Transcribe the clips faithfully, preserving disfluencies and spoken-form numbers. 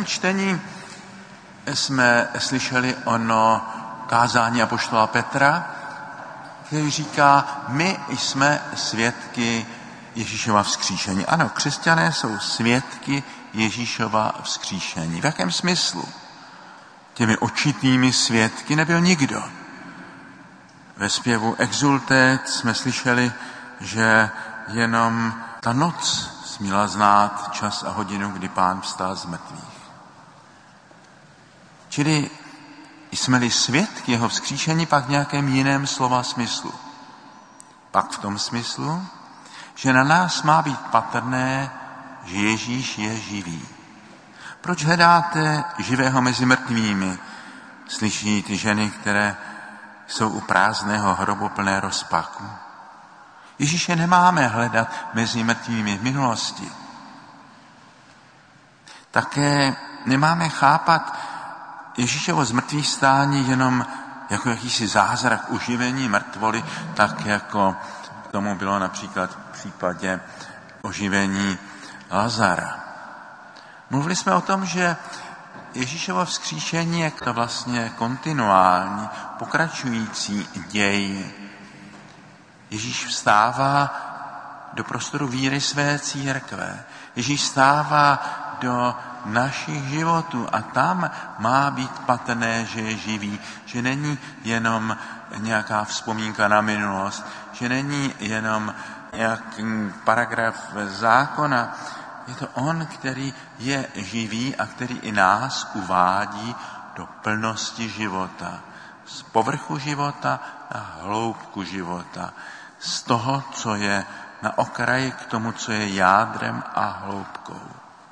dnešním čtení jsme slyšeli ono kázání apoštola Petra, který říká, my jsme svědky Ježíšova vzkříšení. Ano, křesťané jsou svědky Ježíšova vzkříšení. V jakém smyslu? Těmi očitými svědky nebyl nikdo. Ve zpěvu Exultet jsme slyšeli, že jenom ta noc směla znát čas a hodinu, kdy Pán vstal z mrtvých. Čili jsme-li svědky jeho vzkříšení, pak v nějakém jiném slova smyslu. Pak v tom smyslu, že na nás má být patrné, že Ježíš je živý. Proč hledáte živého mezi mrtvými? Slyší ty ženy, které jsou u prázdného hrobu plné rozpaku. Ježíše nemáme hledat mezi mrtvými v minulosti. Také nemáme chápat Ježíšovo zmrtvých stání jenom jako jakýsi zázrak uživení mrtvoly, tak jako tomu bylo například v případě oživení Lazara. Mluvili jsme o tom, že Ježíšovo vzkříšení je to vlastně kontinuální, pokračující děj. Ježíš vstává do prostoru víry své církve. Ježíš vstává do našich životů a tam má být patrné, že je živý, že není jenom nějaká vzpomínka na minulost, že není jenom nějaký paragraf zákona. Je to on, který je živý a který i nás uvádí do plnosti života. Z povrchu života na hloubku života. Z toho, co je na okraji, k tomu, co je jádrem a hloubkou.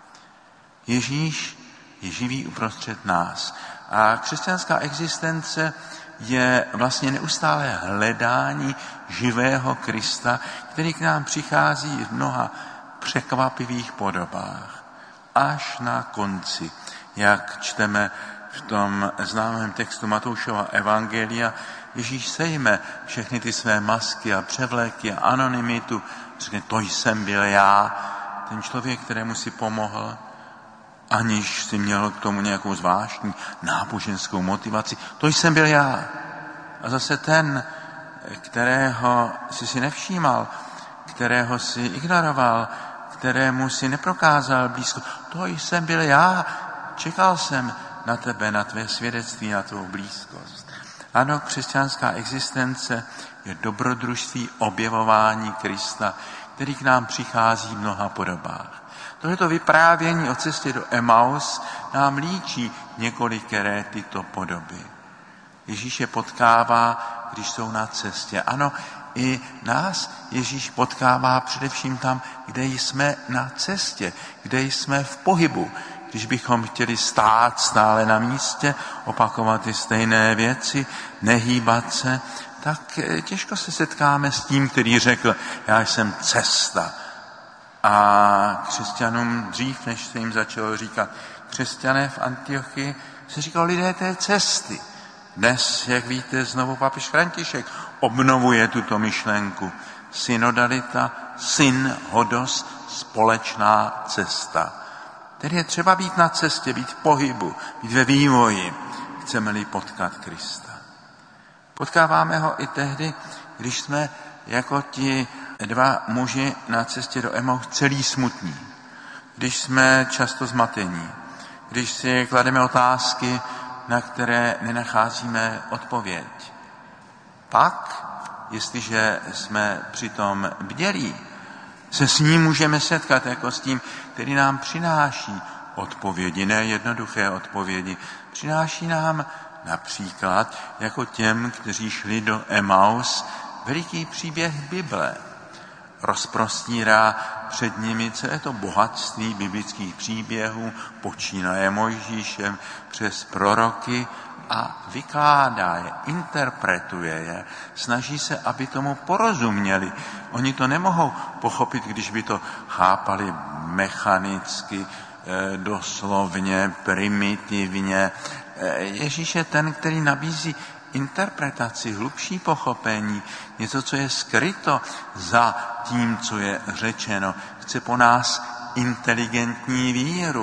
Ježíš je živý uprostřed nás. A křesťanská existence je vlastně neustále hledání živého Krista, který k nám přichází v mnoha překvapivých podobách. Až na konci, jak čteme v tom známém textu Matoušova evangelia, Ježíš sejme všechny ty své masky a převleky a anonymitu. Řekne, to jsem byl já, ten člověk, kterému si pomohl, aniž si měl k tomu nějakou zvláštní náboženskou motivaci. To jsem byl já. A zase ten, kterého jsi si nevšímal, kterého si ignoroval, kterému si neprokázal blízko. To jsem byl já. Čekal jsem na tebe, na tvé svědectví, na tvou blízkost. Ano, křesťanská existence je dobrodružství objevování Krista, který k nám přichází v mnoha podobách. Tohleto vyprávění o cestě do Emaus nám líčí několikeré tyto podoby. Ježíš je potkává, když jsou na cestě. Ano, i nás Ježíš potkává především tam, kde jsme na cestě, kde jsme v pohybu. Když bychom chtěli stát stále na místě, opakovat ty stejné věci, nehýbat se, tak těžko se setkáme s tím, který řekl, já jsem cesta. A křesťanům dřív, než se jim začalo říkat křesťané v Antiochii, se říkalo lidé té cesty. Dnes, jak víte, znovu papež František obnovuje tuto myšlenku. Synodalita, syn, hodos, společná cesta. Tedy je třeba být na cestě, být v pohybu, být ve vývoji, chceme-li potkat Krista. Potkáváme ho i tehdy, když jsme jako ti dva muži na cestě do Emaus celý smutní, když jsme často zmatení, když si klademe otázky, na které nenacházíme odpověď. Pak, jestliže jsme přitom bdělí, se s ním můžeme setkat jako s tím, který nám přináší odpovědi, ne jednoduché odpovědi. Přináší nám například jako těm, kteří šli do Emaus, veliký příběh Bible. Rozprostírá před nimi celé to bohatství biblických příběhů, počínaje Mojžíšem přes proroky a vykládá je, interpretuje je, snaží se, aby tomu porozuměli. Oni to nemohou pochopit, když by to chápali mechanicky, doslovně, primitivně. Ježíš je ten, který nabízí interpretaci, hlubší pochopení, něco, co je skryto za tím, co je řečeno. Chce po nás inteligentní víru,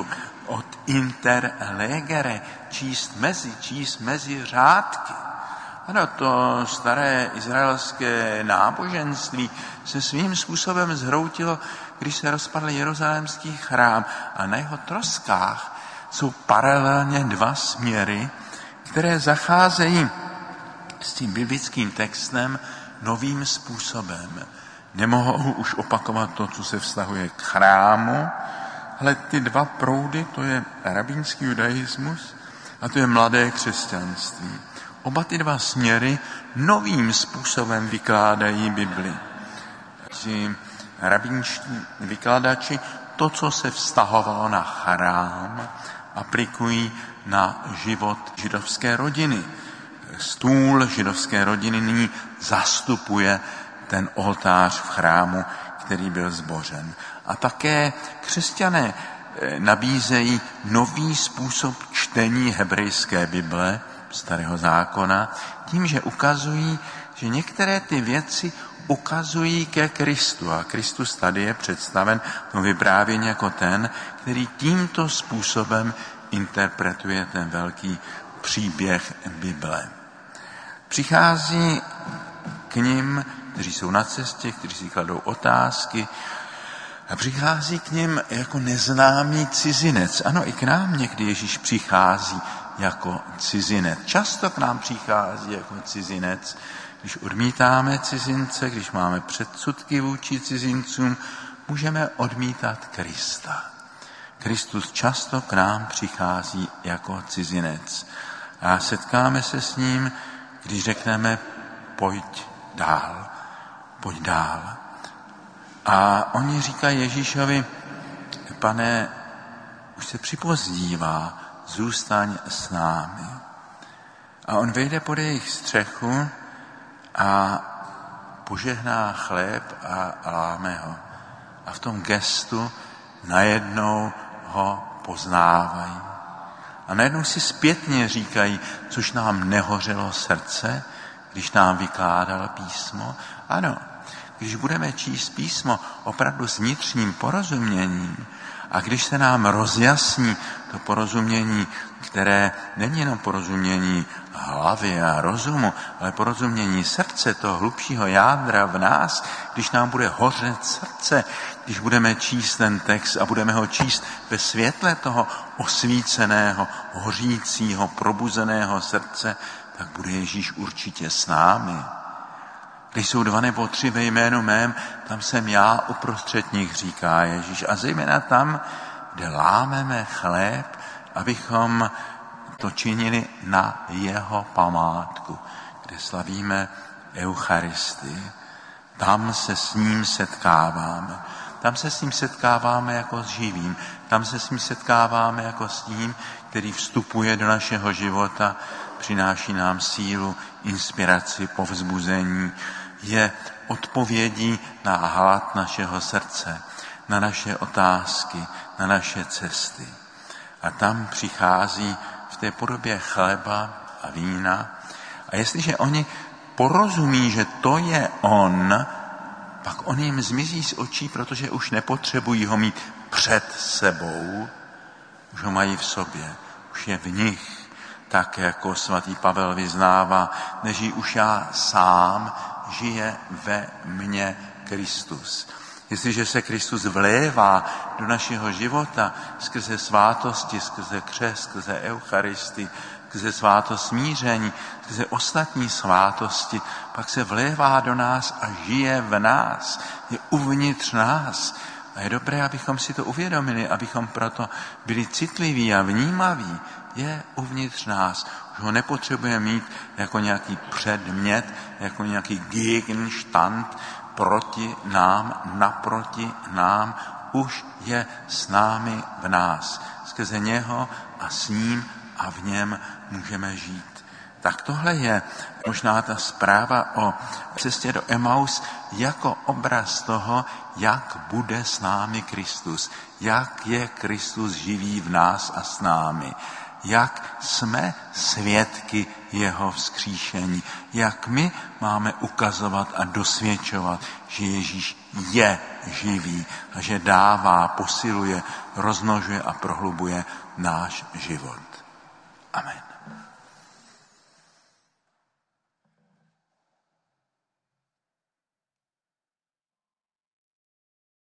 od inter legere, číst mezi, číst mezi řádky. Ano, to staré izraelské náboženství se svým způsobem zhroutilo, když se rozpadl jeruzalémský chrám a na jeho troskách jsou paralelně dva směry, které zacházejí s tím biblickým textem novým způsobem. Nemohou už opakovat to, co se vztahuje k chrámu, ale ty dva proudy, to je rabínský judaismus a to je mladé křesťanství. Oba ty dva směry novým způsobem vykládají Bibli. Ti rabínští vykladači to, co se vztahovalo na chrám, aplikují na život židovské rodiny. Stůl židovské rodiny nyní zastupuje ten oltář v chrámu, který byl zbořen. A také křesťané nabízejí nový způsob čtení hebrejské Bible, Starého zákona, tím, že ukazují, že některé ty věci ukazují ke Kristu. A Kristus tady je představen no vyprávění jako ten, který tímto způsobem interpretuje ten velký příběh Bible. Přichází k nim, kteří jsou na cestě, kteří si kladou otázky, a přichází k nim jako neznámý cizinec. Ano, i k nám někdy Ježíš přichází jako cizinec. Často k nám přichází jako cizinec, když odmítáme cizince, když máme předsudky vůči cizincům, můžeme odmítat Krista. Kristus často k nám přichází jako cizinec. A setkáme se s ním, když řekneme, pojď dál, pojď dál. A oni říkají Ježíšovi, Pane, už se připozdívá, zůstaň s námi. A on vejde pod jejich střechu a požehná chléb a láme ho. A v tom gestu najednou ho poznávají. A najednou si zpětně říkají, což nám nehořelo srdce, když nám vykládal písmo. Ano, když budeme číst písmo opravdu s vnitřním porozuměním a když se nám rozjasní to porozumění, které není jenom porozumění hlavy a rozumu, ale porozumění srdce, toho hlubšího jádra v nás, když nám bude hořet srdce, když budeme číst ten text a budeme ho číst ve světle toho osvíceného, hořícího, probuzeného srdce, tak bude Ježíš určitě s námi. Když jsou dva nebo tři ve jménu mém, tam jsem já uprostřed nich, říká Ježíš. A zejména tam, kde lámeme chléb, abychom to činili na jeho památku, kde slavíme Eucharistii. Tam se s ním setkáváme. Tam se s ním setkáváme jako s živým. Tam se s ním setkáváme jako s tím, který vstupuje do našeho života, přináší nám sílu, inspiraci, povzbuzení, je odpovědí na hlad našeho srdce, na naše otázky, na naše cesty. A tam přichází v té podobě chleba a vína. A jestliže oni porozumí, že to je on, pak on jim zmizí z očí, protože už nepotřebují ho mít před sebou, už ho mají v sobě, už je v nich, tak jako svatý Pavel vyznává, nežijí už já sám, žije ve mně Kristus. Jestliže se Kristus vlévá do našeho života skrze svátosti, skrze křest, skrze Eucharistii, skrze svátost smíření, skrze ostatní svátosti, pak se vlévá do nás a žije v nás, je uvnitř nás. A je dobré, abychom si to uvědomili, abychom proto byli citliví a vnímaví. Je uvnitř nás. Už ho nepotřebujeme mít jako nějaký předmět, jako nějaký Gegenstand proti nám, naproti nám. Už je s námi v nás. Skrze něho a s ním a v něm můžeme žít. Tak tohle je možná ta zpráva o cestě do Emaus jako obraz toho, jak bude s námi Kristus. Jak je Kristus živý v nás a s námi. jak jsme svědky jeho vzkříšení. Jak my máme ukazovat a dosvědčovat, že Ježíš je živý a že dává, posiluje, rozmnožuje a prohlubuje náš život. Amen.